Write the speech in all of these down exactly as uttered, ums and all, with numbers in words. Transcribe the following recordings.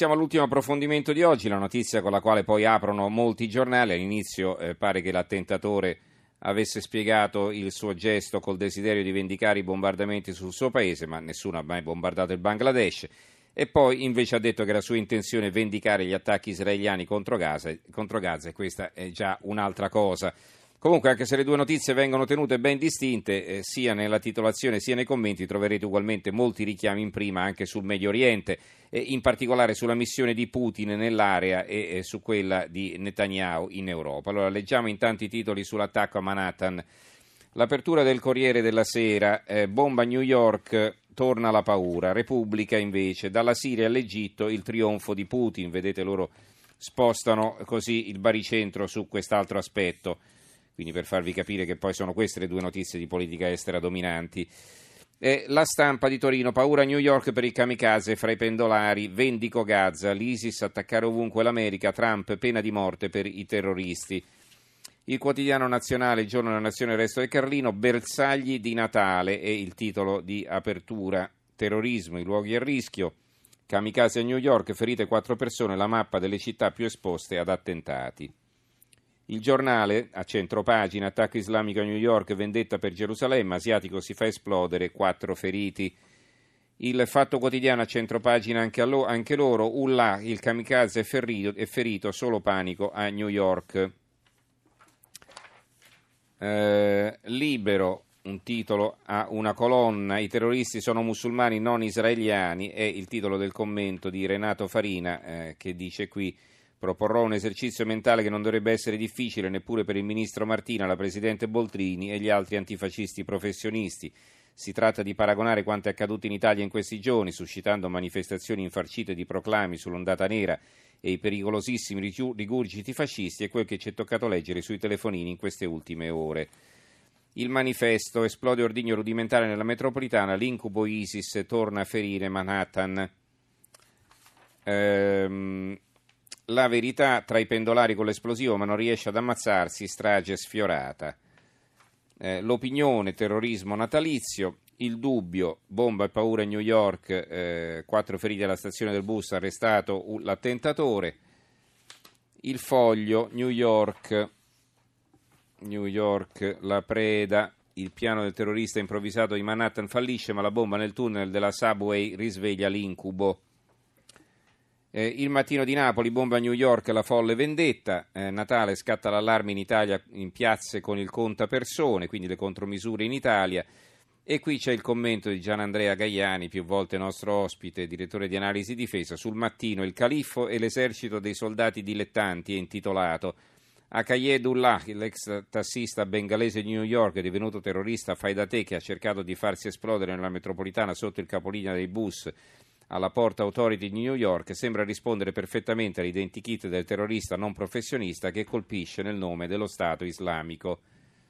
Passiamo all'ultimo approfondimento di oggi, la notizia con la quale poi aprono molti giornali. All'inizio eh, pare che l'attentatore avesse spiegato il suo gesto col desiderio di vendicare i bombardamenti sul suo paese, ma nessuno ha mai bombardato il Bangladesh, e poi invece ha detto che la sua intenzione è vendicare gli attacchi israeliani contro Gaza, contro Gaza e questa è già un'altra cosa. Comunque, anche se le due notizie vengono tenute ben distinte, eh, sia nella titolazione sia nei commenti troverete ugualmente molti richiami in prima anche sul Medio Oriente, eh, in particolare sulla missione di Putin nell'area e eh, su quella di Netanyahu in Europa. Allora, leggiamo intanto i titoli sull'attacco a Manhattan. L'apertura del Corriere della Sera, eh, bomba a New York, torna la paura. Repubblica invece, dalla Siria all'Egitto il trionfo di Putin. Vedete, loro spostano così il baricentro su quest'altro aspetto. Quindi per farvi capire che poi sono queste le due notizie di politica estera dominanti. Eh, la Stampa di Torino, paura a New York per il kamikaze fra i pendolari, vendico Gaza, l'ISIS attaccare ovunque l'America, Trump pena di morte per i terroristi. Il Quotidiano Nazionale, il Giorno della Nazione, il Resto del Carlino, bersagli di Natale è il titolo di apertura. Terrorismo, i luoghi a rischio, kamikaze a New York, ferite quattro persone, la mappa delle città più esposte ad attentati. Il Giornale, a centropagina, attacco islamico a New York, vendetta per Gerusalemme, asiatico si fa esplodere, quattro feriti. Il Fatto Quotidiano, a centropagina anche, allo, anche loro, Ullah, il kamikaze è ferito, è ferito, solo panico a New York. Eh, Libero, un titolo a una colonna, i terroristi sono musulmani non israeliani, è il titolo del commento di Renato Farina eh, che dice qui: proporrò un esercizio mentale che non dovrebbe essere difficile neppure per il ministro Martina, la presidente Boldrini e gli altri antifascisti professionisti. Si tratta di paragonare quanto è accaduto in Italia in questi giorni, suscitando manifestazioni infarcite di proclami sull'ondata nera e i pericolosissimi rigurgiti fascisti, e quel che ci è toccato leggere sui telefonini in queste ultime ore. Il Manifesto, esplode ordigno rudimentale nella metropolitana, l'incubo ISIS torna a ferire Manhattan. Ehm... La Verità, tra i pendolari con l'esplosivo ma non riesce ad ammazzarsi, strage sfiorata. Eh, L'Opinione, terrorismo natalizio. Il Dubbio, bomba e paura a New York, eh, quattro feriti alla stazione del bus, arrestato l'attentatore. Il Foglio, New York, New York, la preda, il piano del terrorista improvvisato di Manhattan fallisce ma la bomba nel tunnel della subway risveglia l'incubo. Eh, il Mattino di Napoli, bomba a New York, la folle vendetta, eh, Natale scatta l'allarme in Italia in piazze con il contapersone, quindi le contromisure in Italia, e qui c'è il commento di Gianandrea Gaiani, più volte nostro ospite, direttore di analisi difesa, sul Mattino, il califfo e l'esercito dei soldati dilettanti, è intitolato. Akayedullah, l'ex tassista bengalese di New York, divenuto terrorista fai da te che ha cercato di farsi esplodere nella metropolitana sotto il capolinea dei bus alla Port Authority di New York, sembra rispondere perfettamente all'identikit del terrorista non professionista che colpisce nel nome dello Stato islamico.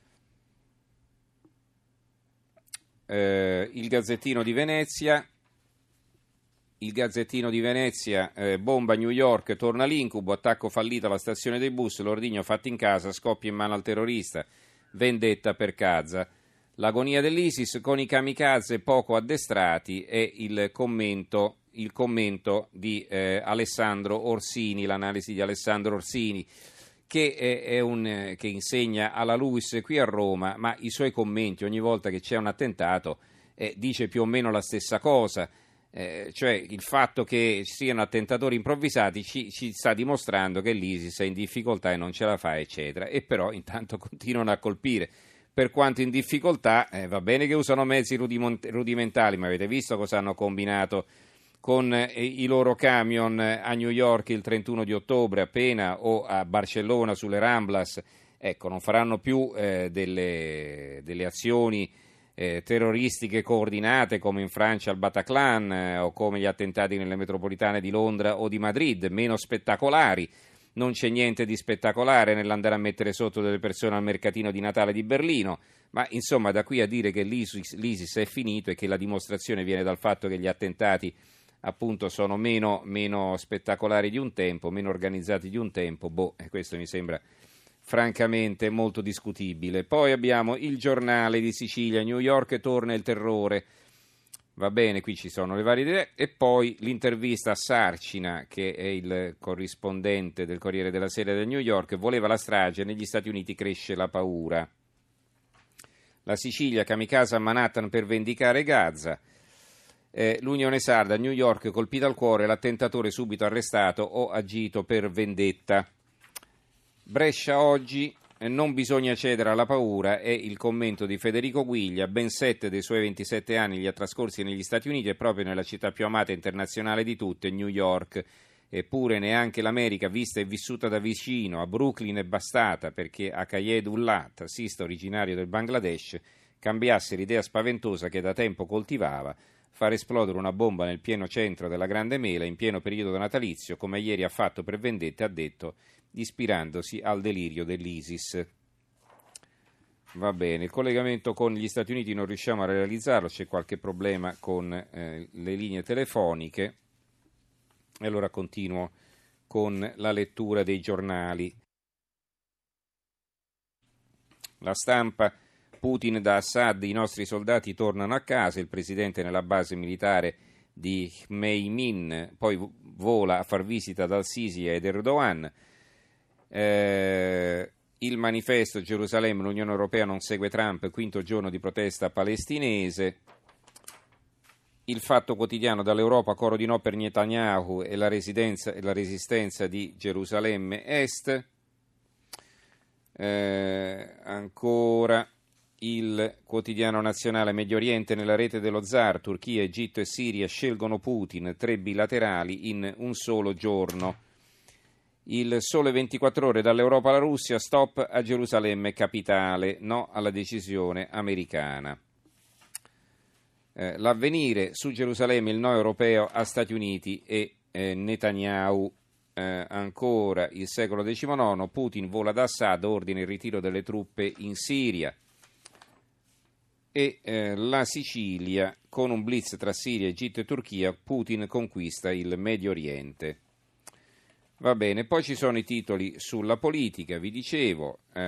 Eh, il Gazzettino di Venezia, il Gazzettino di Venezia, eh, bomba a New York, torna l'incubo, attacco fallito alla stazione dei bus, l'ordigno fatto in casa, scoppia in mano al terrorista, vendetta per Gaza. L'agonia dell'ISIS con i kamikaze poco addestrati è il commento, il commento di eh, Alessandro Orsini, l'analisi di Alessandro Orsini, che, è, è un, che insegna alla LUISS qui a Roma, ma i suoi commenti ogni volta che c'è un attentato eh, dice più o meno la stessa cosa. Eh, cioè il fatto che ci siano attentatori improvvisati ci, ci sta dimostrando che l'ISIS è in difficoltà e non ce la fa, eccetera, e però intanto continuano a colpire. Per quanto in difficoltà, eh, va bene che usano mezzi rudiment- rudimentali, ma avete visto cosa hanno combinato con eh, i loro camion a New York il trentuno di ottobre appena, o a Barcellona sulle Ramblas. Ecco, non faranno più eh, delle, delle azioni eh, terroristiche coordinate come in Francia al Bataclan eh, o come gli attentati nelle metropolitane di Londra o di Madrid, meno spettacolari. Non c'è niente di spettacolare nell'andare a mettere sotto delle persone al mercatino di Natale di Berlino, ma insomma da qui a dire che l'ISIS, l'ISIS è finito e che la dimostrazione viene dal fatto che gli attentati appunto sono meno, meno spettacolari di un tempo, meno organizzati di un tempo, boh, questo mi sembra francamente molto discutibile. Poi abbiamo il Giornale di Sicilia, New York torna il terrore. Va bene, qui ci sono le varie idee. E poi l'intervista a Sarcina, che è il corrispondente del Corriere della Sera del New York, voleva la strage, negli Stati Uniti cresce la paura. La Sicilia, kamikaze a Manhattan per vendicare Gaza. Eh, L'Unione Sarda, New York colpita al cuore, l'attentatore subito arrestato o agito per vendetta. Brescia oggi, eh, non bisogna cedere alla paura, è il commento di Federico Guiglia. Ben sette dei suoi ventisette anni li ha trascorsi negli Stati Uniti e proprio nella città più amata internazionale di tutte, New York. Eppure neanche l'America, vista e vissuta da vicino, a Brooklyn è bastata perché Akayedullah, tassista originario del Bangladesh, cambiasse l'idea spaventosa che da tempo coltivava, far esplodere una bomba nel pieno centro della Grande Mela in pieno periodo natalizio, come ieri ha fatto per vendetta, ha detto, ispirandosi al delirio dell'ISIS. Va bene, il collegamento con gli Stati Uniti non riusciamo a realizzarlo, c'è qualche problema con eh, le linee telefoniche. E allora continuo con la lettura dei giornali. La Stampa, Putin da Assad, i nostri soldati tornano a casa, il presidente nella base militare di Khmeimin, poi vola a far visita dal Sisi ed Erdogan. Eh, il manifesto, Gerusalemme, l'Unione Europea non segue Trump, quinto giorno di protesta palestinese. Il Fatto Quotidiano, dall'Europa coro di no per Netanyahu e la, residenza, e la resistenza di Gerusalemme Est. Eh, ancora il Quotidiano Nazionale, Medio Oriente nella rete dello zar, Turchia, Egitto e Siria scelgono Putin, tre bilaterali in un solo giorno. Il Sole ventiquattro Ore, dall'Europa alla Russia, stop a Gerusalemme capitale, no alla decisione americana. Eh, L'Avvenire, su Gerusalemme il no europeo a Stati Uniti e eh, Netanyahu. Eh, ancora il Secolo diciannove, Putin vola da Assad, ordina il ritiro delle truppe in Siria. E eh, la Sicilia, con un blitz tra Siria, Egitto e Turchia, Putin conquista il Medio Oriente. Va bene, poi ci sono i titoli sulla politica, vi dicevo, eh,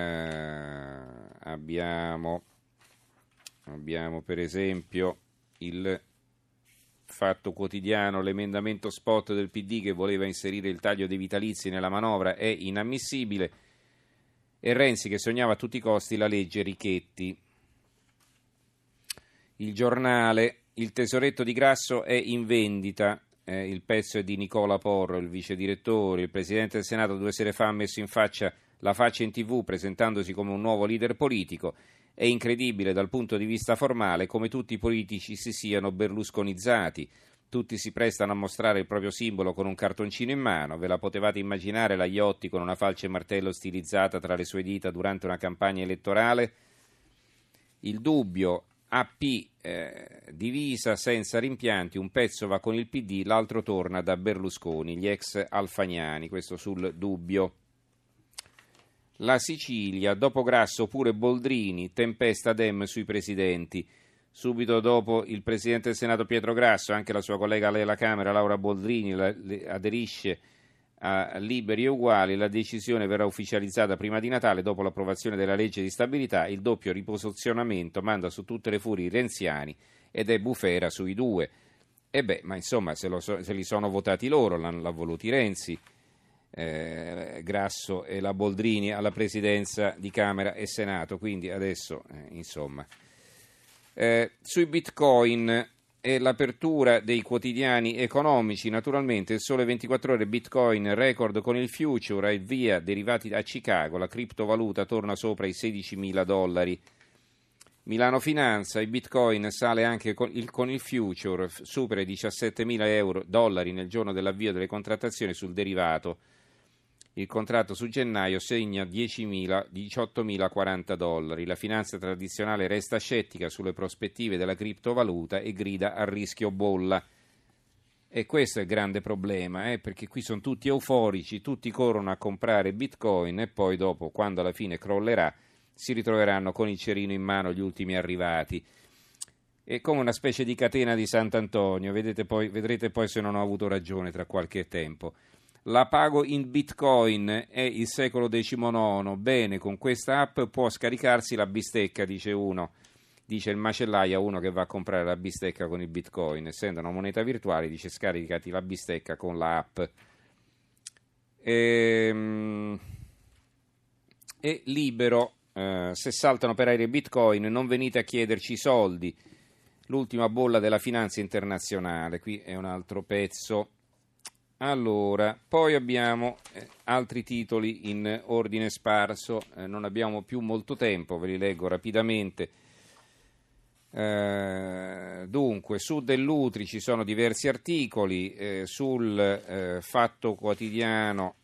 abbiamo, abbiamo per esempio il Fatto Quotidiano, l'emendamento spot del P D che voleva inserire il taglio dei vitalizi nella manovra è inammissibile, e Renzi che sognava a tutti i costi la legge Richetti. Il Giornale, il tesoretto di Grasso è in vendita, eh, il pezzo è di Nicola Porro, il vice direttore. Il Presidente del Senato due sere fa ha messo in faccia la faccia in tivù presentandosi come un nuovo leader politico. È incredibile dal punto di vista formale come tutti i politici si siano berlusconizzati. Tutti si prestano a mostrare il proprio simbolo con un cartoncino in mano. Ve la potevate immaginare la Iotti con una falce e martello stilizzata tra le sue dita durante una campagna elettorale? Il Dubbio, A P eh, divisa senza rimpianti, un pezzo va con il P D, l'altro torna da Berlusconi, gli ex alfagnani, questo sul Dubbio. La Sicilia, dopo Grasso pure Boldrini, tempesta Dem sui presidenti. Subito dopo il Presidente del Senato Pietro Grasso, anche la sua collega alla Camera Laura Boldrini la, le, aderisce a Liberi e Uguali. La decisione verrà ufficializzata prima di Natale, dopo l'approvazione della legge di stabilità. Il doppio riposizionamento manda su tutte le furie i renziani ed è bufera sui due. E beh, ma insomma, se, lo so, se li sono votati loro, l'hanno, l'ha voluti Renzi. Eh, Grasso e la Boldrini alla presidenza di Camera e Senato, quindi adesso eh, insomma eh, sui bitcoin e l'apertura dei quotidiani economici. Naturalmente il Sole ventiquattro Ore, bitcoin record con il future, e via derivati a Chicago, la criptovaluta torna sopra i sedicimila dollari. Milano Finanza, il bitcoin sale anche con il, con il future, supera i diciassettemila euro, dollari nel giorno dell'avvio delle contrattazioni sul derivato. Il contratto su gennaio segna diciottomilaquaranta dollari. La finanza tradizionale resta scettica sulle prospettive della criptovaluta e grida a rischio bolla. E questo è il grande problema, eh, perché qui sono tutti euforici, tutti corrono a comprare bitcoin e poi dopo, quando alla fine crollerà, si ritroveranno con il cerino in mano gli ultimi arrivati. È come una specie di catena di Sant'Antonio, vedete poi, vedrete poi se non ho avuto ragione tra qualche tempo. La pago in bitcoin, è il Secolo diciannove, bene, con questa app può scaricarsi la bistecca, dice uno. dice il macellaio a uno che va a comprare la bistecca con il bitcoin, essendo una moneta virtuale, dice scaricati la bistecca con la app. E, e Libero, eh, se saltano per aereo bitcoin non venite a chiederci i soldi, l'ultima bolla della finanza internazionale, qui è un altro pezzo. Allora, poi abbiamo eh, altri titoli in ordine sparso, eh, non abbiamo più molto tempo, ve li leggo rapidamente. Eh, dunque, su Dell'Utri ci sono diversi articoli, eh, sul eh, Fatto Quotidiano,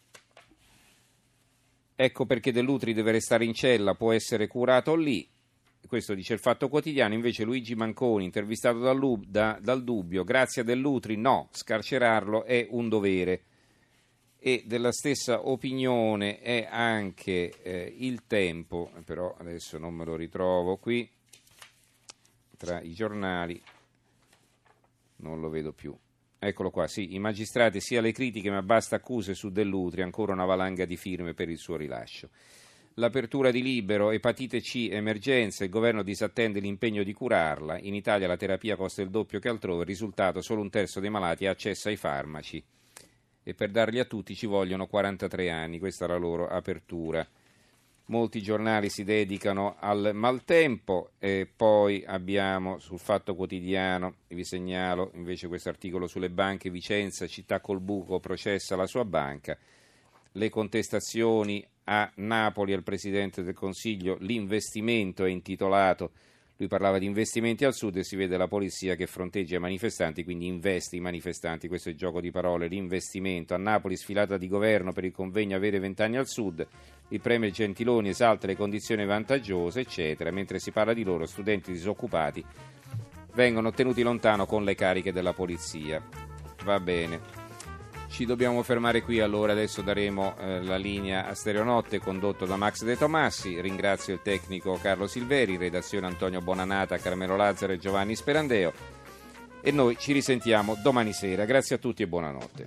ecco perché Dell'Utri deve restare in cella, può essere curato lì. Questo dice il Fatto Quotidiano. Invece Luigi Manconi, intervistato dal, da, dal Dubbio, grazie a Dell'Utri no, scarcerarlo è un dovere. E della stessa opinione è anche eh, Il Tempo, però adesso non me lo ritrovo qui, tra i giornali, non lo vedo più. Eccolo qua, sì, i magistrati sia le critiche ma basta accuse su Dell'Utri, ancora una valanga di firme per il suo rilascio. L'apertura di Libero, epatite C, emergenza, il governo disattende l'impegno di curarla, in Italia la terapia costa il doppio che altrove, risultato solo un terzo dei malati ha accesso ai farmaci e per darli a tutti ci vogliono quarantatré anni, questa è la loro apertura. Molti giornali si dedicano al maltempo e poi abbiamo sul Fatto Quotidiano, vi segnalo invece questo articolo sulle banche, Vicenza, città col buco, processa la sua banca, le contestazioni a Napoli al Presidente del Consiglio, l'investimento è intitolato, lui parlava di investimenti al sud e si vede la polizia che fronteggia i manifestanti, quindi investe i manifestanti, questo è il gioco di parole, l'investimento. A Napoli sfilata di governo per il convegno Avere vent'anni al sud, il premier Gentiloni esalta le condizioni vantaggiose, eccetera, mentre si parla di loro, studenti disoccupati vengono tenuti lontano con le cariche della polizia. Va bene. Ci dobbiamo fermare qui, allora adesso daremo eh, la linea a Stereonotte condotto da Max De Tomassi. Ringrazio il tecnico Carlo Silveri, redazione Antonio Bonanata, Carmelo Lazzaro e Giovanni Sperandeo e noi ci risentiamo domani sera. Grazie a tutti e buonanotte.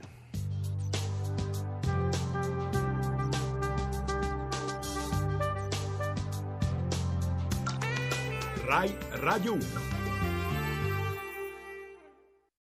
Rai Radio uno.